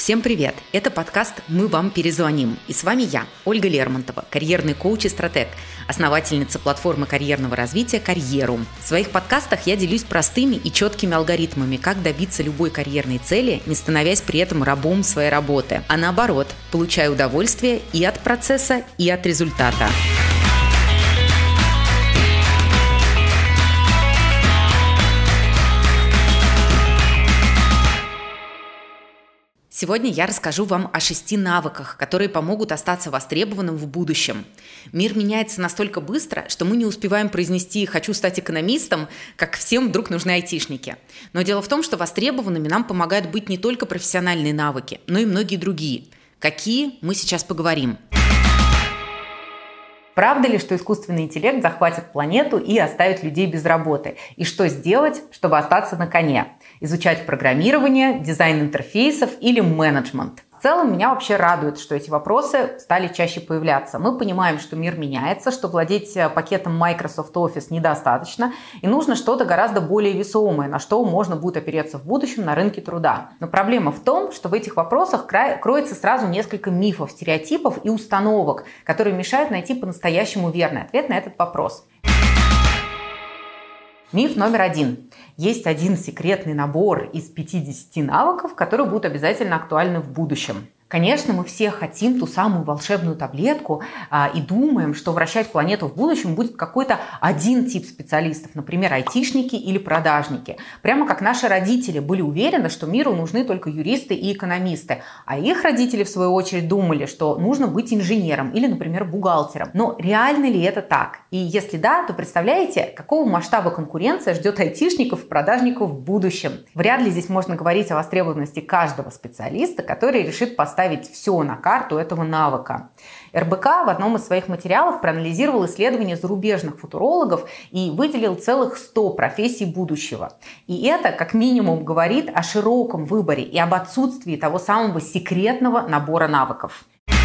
Всем привет! Это подкаст «Мы вам перезвоним». И с вами я, Ольга Лермонтова, карьерный коуч и стратег, основательница платформы карьерного развития «Карьерум». В своих подкастах я делюсь простыми и четкими алгоритмами, как добиться любой карьерной цели, не становясь при этом рабом своей работы, а наоборот, получая удовольствие и от процесса, и от результата. Сегодня я расскажу вам о 6 навыках, которые помогут остаться востребованным в будущем. Мир меняется настолько быстро, что мы не успеваем произнести «хочу стать экономистом», как всем вдруг нужны айтишники. Но дело в том, что востребованными нам помогают быть не только профессиональные навыки, но и многие другие. Какие, мы сейчас поговорим. Правда ли, что искусственный интеллект захватит планету и оставит людей без работы? И что сделать, чтобы остаться на коне? Изучать программирование, дизайн интерфейсов или менеджмент? В целом, меня вообще радует, что эти вопросы стали чаще появляться. Мы понимаем, что мир меняется, что владеть пакетом Microsoft Office недостаточно, и нужно что-то гораздо более весомое, на что можно будет опереться в будущем на рынке труда. Но проблема в том, что в этих вопросах кроется сразу несколько мифов, стереотипов и установок, которые мешают найти по-настоящему верный ответ на этот вопрос. Миф номер 1. Есть один секретный набор из 50 навыков, которые будут обязательно актуальны в будущем. Конечно, мы все хотим ту самую волшебную таблетку и думаем, что вращать планету в будущем будет какой-то один тип специалистов, например, айтишники или продажники. Прямо как наши родители были уверены, что миру нужны только юристы и экономисты, а их родители, в свою очередь, думали, что нужно быть инженером или, например, бухгалтером. Но реально ли это так? И если да, то представляете, какого масштаба конкуренция ждет айтишников и продажников в будущем? Вряд ли здесь можно говорить о востребованности каждого специалиста, который решит поставить все на карту этого навыка. РБК в одном из своих материалов проанализировал исследования зарубежных футурологов и выделил целых 100 профессий будущего. И это, как минимум, говорит о широком выборе и об отсутствии того самого секретного набора навыков.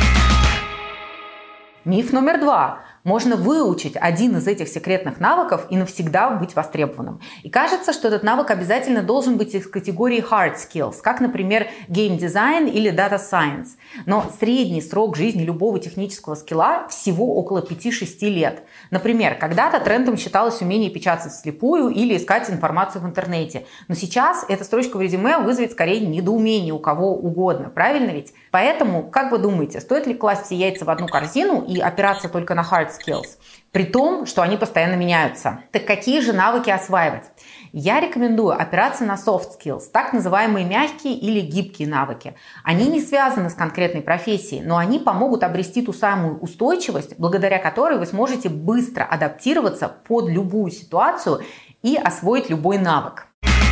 Миф номер 2. Можно выучить один из этих секретных навыков и навсегда быть востребованным. И кажется, что этот навык обязательно должен быть из категории hard skills, как, например, game design или data science. Но средний срок жизни любого технического скилла всего около 5-6 лет. Например, когда-то трендом считалось умение печатать вслепую или искать информацию в интернете. Но сейчас эта строчка в резюме вызовет скорее недоумение у кого угодно. Правильно ведь? Поэтому, как вы думаете, стоит ли класть все яйца в одну корзину и опираться только на hard skills, при том, что они постоянно меняются? Так какие же навыки осваивать? Я рекомендую опираться на soft skills, так называемые мягкие или гибкие навыки. Они не связаны с конкретной профессией, но они помогут обрести ту самую устойчивость, благодаря которой вы сможете быстро адаптироваться под любую ситуацию и освоить любой навык.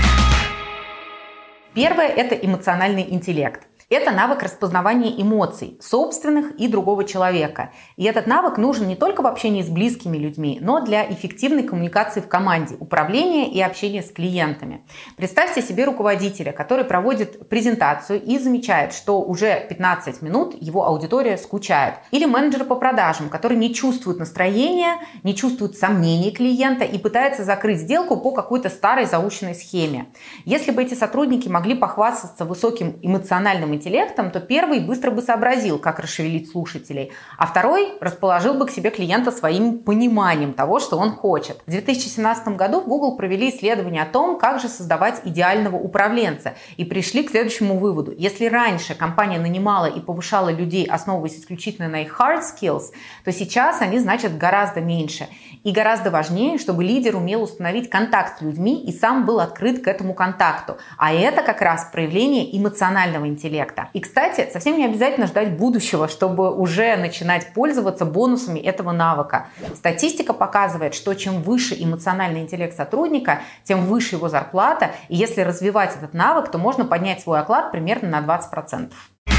Первое – это эмоциональный интеллект. Это навык распознавания эмоций, собственных и другого человека. И этот навык нужен не только в общении с близкими людьми, но для эффективной коммуникации в команде, управления и общения с клиентами. Представьте себе руководителя, который проводит презентацию и замечает, что уже 15 минут его аудитория скучает. Или менеджера по продажам, который не чувствует настроения, не чувствует сомнений клиента и пытается закрыть сделку по какой-то старой заученной схеме. Если бы эти сотрудники могли похвастаться высоким эмоциональным интеллектом, то первый быстро бы сообразил, как расшевелить слушателей, а второй расположил бы к себе клиента своим пониманием того, что он хочет. В 2017 году в Google провели исследование о том, как же создавать идеального управленца, и пришли к следующему выводу. Если раньше компания нанимала и повышала людей, основываясь исключительно на их hard skills, то сейчас они значат гораздо меньше. И гораздо важнее, чтобы лидер умел установить контакт с людьми и сам был открыт к этому контакту. А это как раз проявление эмоционального интеллекта. И, кстати, совсем не обязательно ждать будущего, чтобы уже начинать пользоваться бонусами этого навыка. Статистика показывает, что чем выше эмоциональный интеллект сотрудника, тем выше его зарплата. И если развивать этот навык, то можно поднять свой оклад примерно на 20%.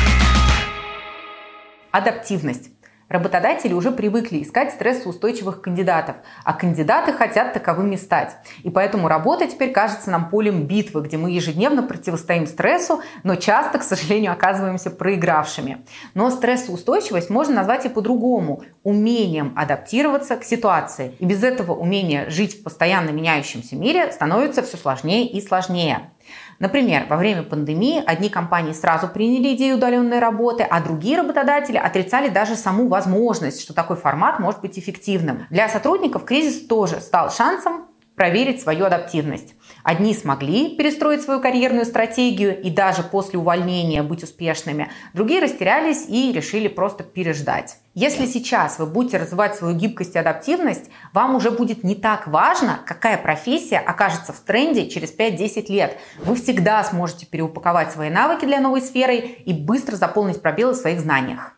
Адаптивность. Работодатели уже привыкли искать стрессоустойчивых кандидатов, а кандидаты хотят таковыми стать. И поэтому работа теперь кажется нам полем битвы, где мы ежедневно противостоим стрессу, но часто, к сожалению, оказываемся проигравшими. Но стрессоустойчивость можно назвать и по-другому – умением адаптироваться к ситуации. И без этого умения жить в постоянно меняющемся мире становится все сложнее и сложнее. Например, во время пандемии одни компании сразу приняли идею удаленной работы, а другие работодатели отрицали даже саму возможность, что такой формат может быть эффективным. Для сотрудников кризис тоже стал шансом проверить свою адаптивность. Одни смогли перестроить свою карьерную стратегию и даже после увольнения быть успешными, другие растерялись и решили просто переждать. Если сейчас вы будете развивать свою гибкость и адаптивность, вам уже будет не так важно, какая профессия окажется в тренде через 5-10 лет. Вы всегда сможете переупаковать свои навыки для новой сферы и быстро заполнить пробелы в своих знаниях.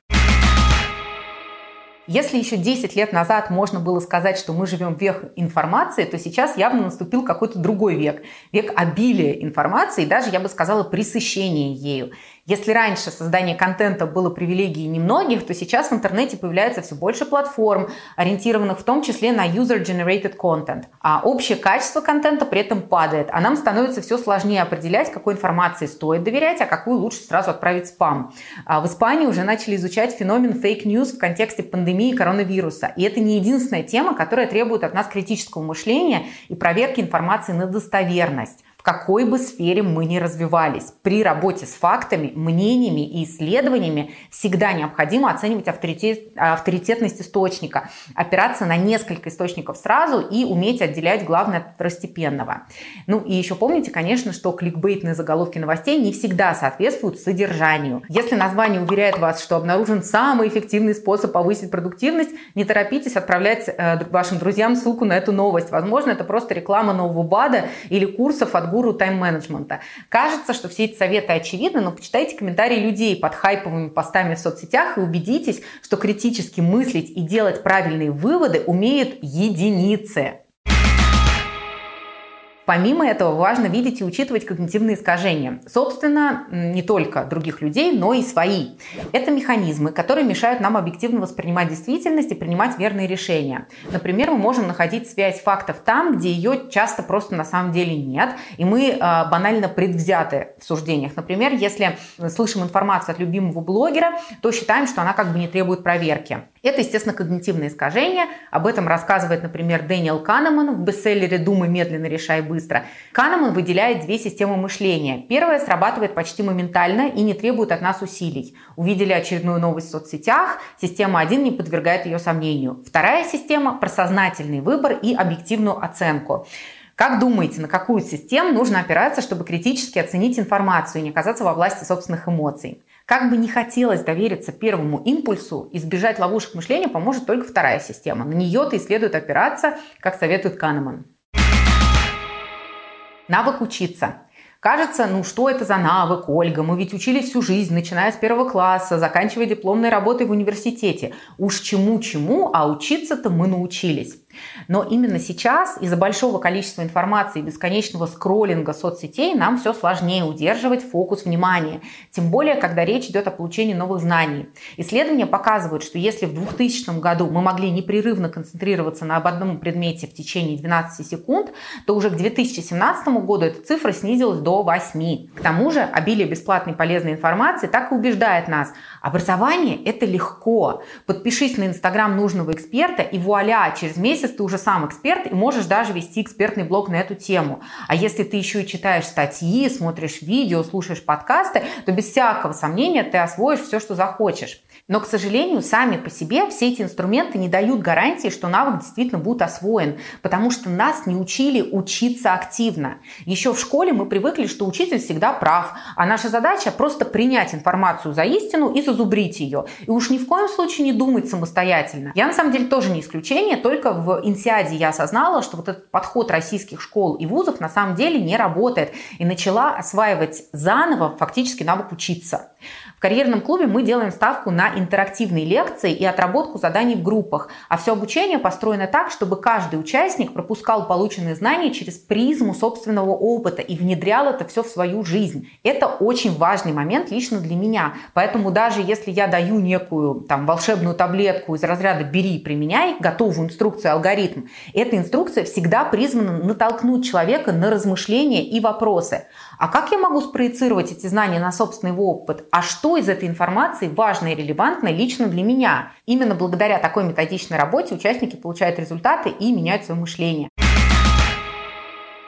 Если еще 10 лет назад можно было сказать, что мы живем в век информации, то сейчас явно наступил какой-то другой век. Век обилия информации и даже, я бы сказала, пресыщения ею. Если раньше создание контента было привилегией немногих, то сейчас в интернете появляется все больше платформ, ориентированных в том числе на user-generated content. А общее качество контента при этом падает, а нам становится все сложнее определять, какой информации стоит доверять, а какую лучше сразу отправить в спам. В Испании уже начали изучать феномен фейк-ньюс в контексте пандемии коронавируса. И это не единственная тема, которая требует от нас критического мышления и проверки информации на достоверность. В какой бы сфере мы ни развивались, при работе с фактами, мнениями и исследованиями всегда необходимо оценивать авторитетность источника, опираться на несколько источников сразу и уметь отделять главное от второстепенного. Ну и еще помните, конечно, что кликбейтные заголовки новостей не всегда соответствуют содержанию. Если название уверяет вас, что обнаружен самый эффективный способ повысить продуктивность, не торопитесь отправлять вашим друзьям ссылку на эту новость. Возможно, это просто реклама нового БАДа или курсов от гуру тайм-менеджмента. Кажется, что все эти советы очевидны, но почитайте комментарии людей под хайповыми постами в соцсетях и убедитесь, что критически мыслить и делать правильные выводы умеют единицы. Помимо этого, важно видеть и учитывать когнитивные искажения. Собственно, не только других людей, но и свои. Это механизмы, которые мешают нам объективно воспринимать действительность и принимать верные решения. Например, мы можем находить связь фактов там, где ее часто просто на самом деле нет, и мы банально предвзяты в суждениях. Например, если слышим информацию от любимого блогера, то считаем, что она как бы не требует проверки. Это, естественно, когнитивное искажение. Об этом рассказывает, например, Дэниел Канеман в бестселлере «Думай медленно, решай быстро». Канеман выделяет две системы мышления. Первая срабатывает почти моментально и не требует от нас усилий. Увидели очередную новость в соцсетях, система 1 не подвергает ее сомнению. Вторая система – про сознательный выбор и объективную оценку. Как думаете, на какую систему нужно опираться, чтобы критически оценить информацию и не оказаться во власти собственных эмоций? Как бы не хотелось довериться первому импульсу, избежать ловушек мышления поможет только вторая система. На нее-то и следует опираться, как советует Канеман. Навык учиться. Кажется, что это за навык, Ольга? Мы ведь учились всю жизнь, начиная с 1 класса, заканчивая дипломной работой в университете. Уж чему-чему, а учиться-то мы научились. Но именно сейчас из-за большого количества информации и бесконечного скроллинга соцсетей нам все сложнее удерживать фокус внимания. Тем более, когда речь идет о получении новых знаний. Исследования показывают, что если в 2000 году мы могли непрерывно концентрироваться на одном предмете в течение 12 секунд, то уже к 2017 году эта цифра снизилась до 8. К тому же обилие бесплатной полезной информации так и убеждает нас. Образование – это легко. Подпишись на Инстаграм нужного эксперта и вуаля, через месяц ты уже сам эксперт и можешь даже вести экспертный блог на эту тему. А если ты еще и читаешь статьи, смотришь видео, слушаешь подкасты, то без всякого сомнения ты освоишь все, что захочешь. Но, к сожалению, сами по себе все эти инструменты не дают гарантии, что навык действительно будет освоен, потому что нас не учили учиться активно. Еще в школе мы привыкли, что учитель всегда прав, а наша задача просто принять информацию за истину и зазубрить ее. И уж ни в коем случае не думать самостоятельно. Я, на самом деле, тоже не исключение, только в Инсиаде я осознала, что вот этот подход российских школ и вузов на самом деле не работает, и начала осваивать заново фактически навык учиться. В карьерном клубе мы делаем ставку на интерактивные лекции и отработку заданий в группах, а все обучение построено так, чтобы каждый участник пропускал полученные знания через призму собственного опыта и внедрял это все в свою жизнь. Это очень важный момент лично для меня, поэтому даже если я даю некую волшебную таблетку из разряда «бери, применяй», готовую инструкцию, алгоритм, эта инструкция всегда призвана натолкнуть человека на размышления и вопросы. А как я могу спроецировать эти знания на собственный опыт? А что из этой информации важно и релевантно лично для меня? Именно благодаря такой методичной работе участники получают результаты и меняют свое мышление.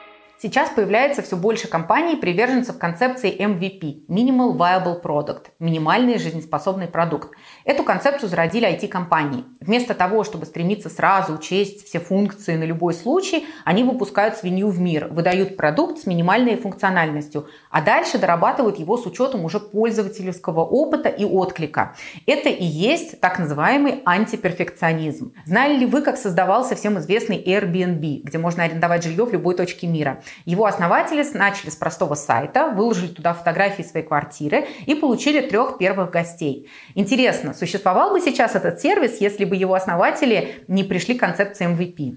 Сейчас появляется все больше компаний, приверженцев концепции MVP – Minimal Viable Product – минимальный жизнеспособный продукт. Эту концепцию зародили IT-компании. Вместо того, чтобы стремиться сразу учесть все функции на любой случай, они выпускают свинью в мир, выдают продукт с минимальной функциональностью, а дальше дорабатывают его с учетом уже пользовательского опыта и отклика. Это и есть так называемый антиперфекционизм. Знали ли вы, как создавался всем известный Airbnb, где можно арендовать жилье в любой точке мира? Его основатели начали с простого сайта, выложили туда фотографии своей квартиры и получили 3 первых гостей. Интересно, существовал бы сейчас этот сервис, если бы его основатели не пришли к концепции MVP?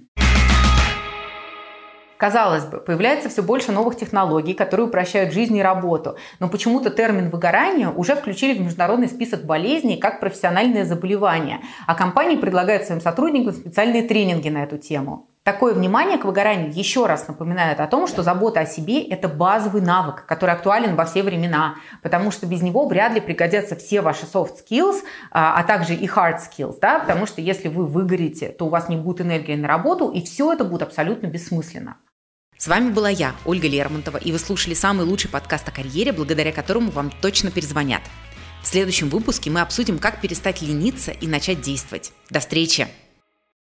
Казалось бы, появляется все больше новых технологий, которые упрощают жизнь и работу, но почему-то термин выгорание уже включили в международный список болезней как профессиональное заболевание, а компании предлагают своим сотрудникам специальные тренинги на эту тему. Такое внимание к выгоранию еще раз напоминает о том, что забота о себе – это базовый навык, который актуален во все времена, потому что без него вряд ли пригодятся все ваши soft skills, а также и hard skills, да? Потому что если вы выгорите, то у вас не будет энергии на работу, и все это будет абсолютно бессмысленно. С вами была я, Ольга Лермонтова, и вы слушали самый лучший подкаст о карьере, благодаря которому вам точно перезвонят. В следующем выпуске мы обсудим, как перестать лениться и начать действовать. До встречи!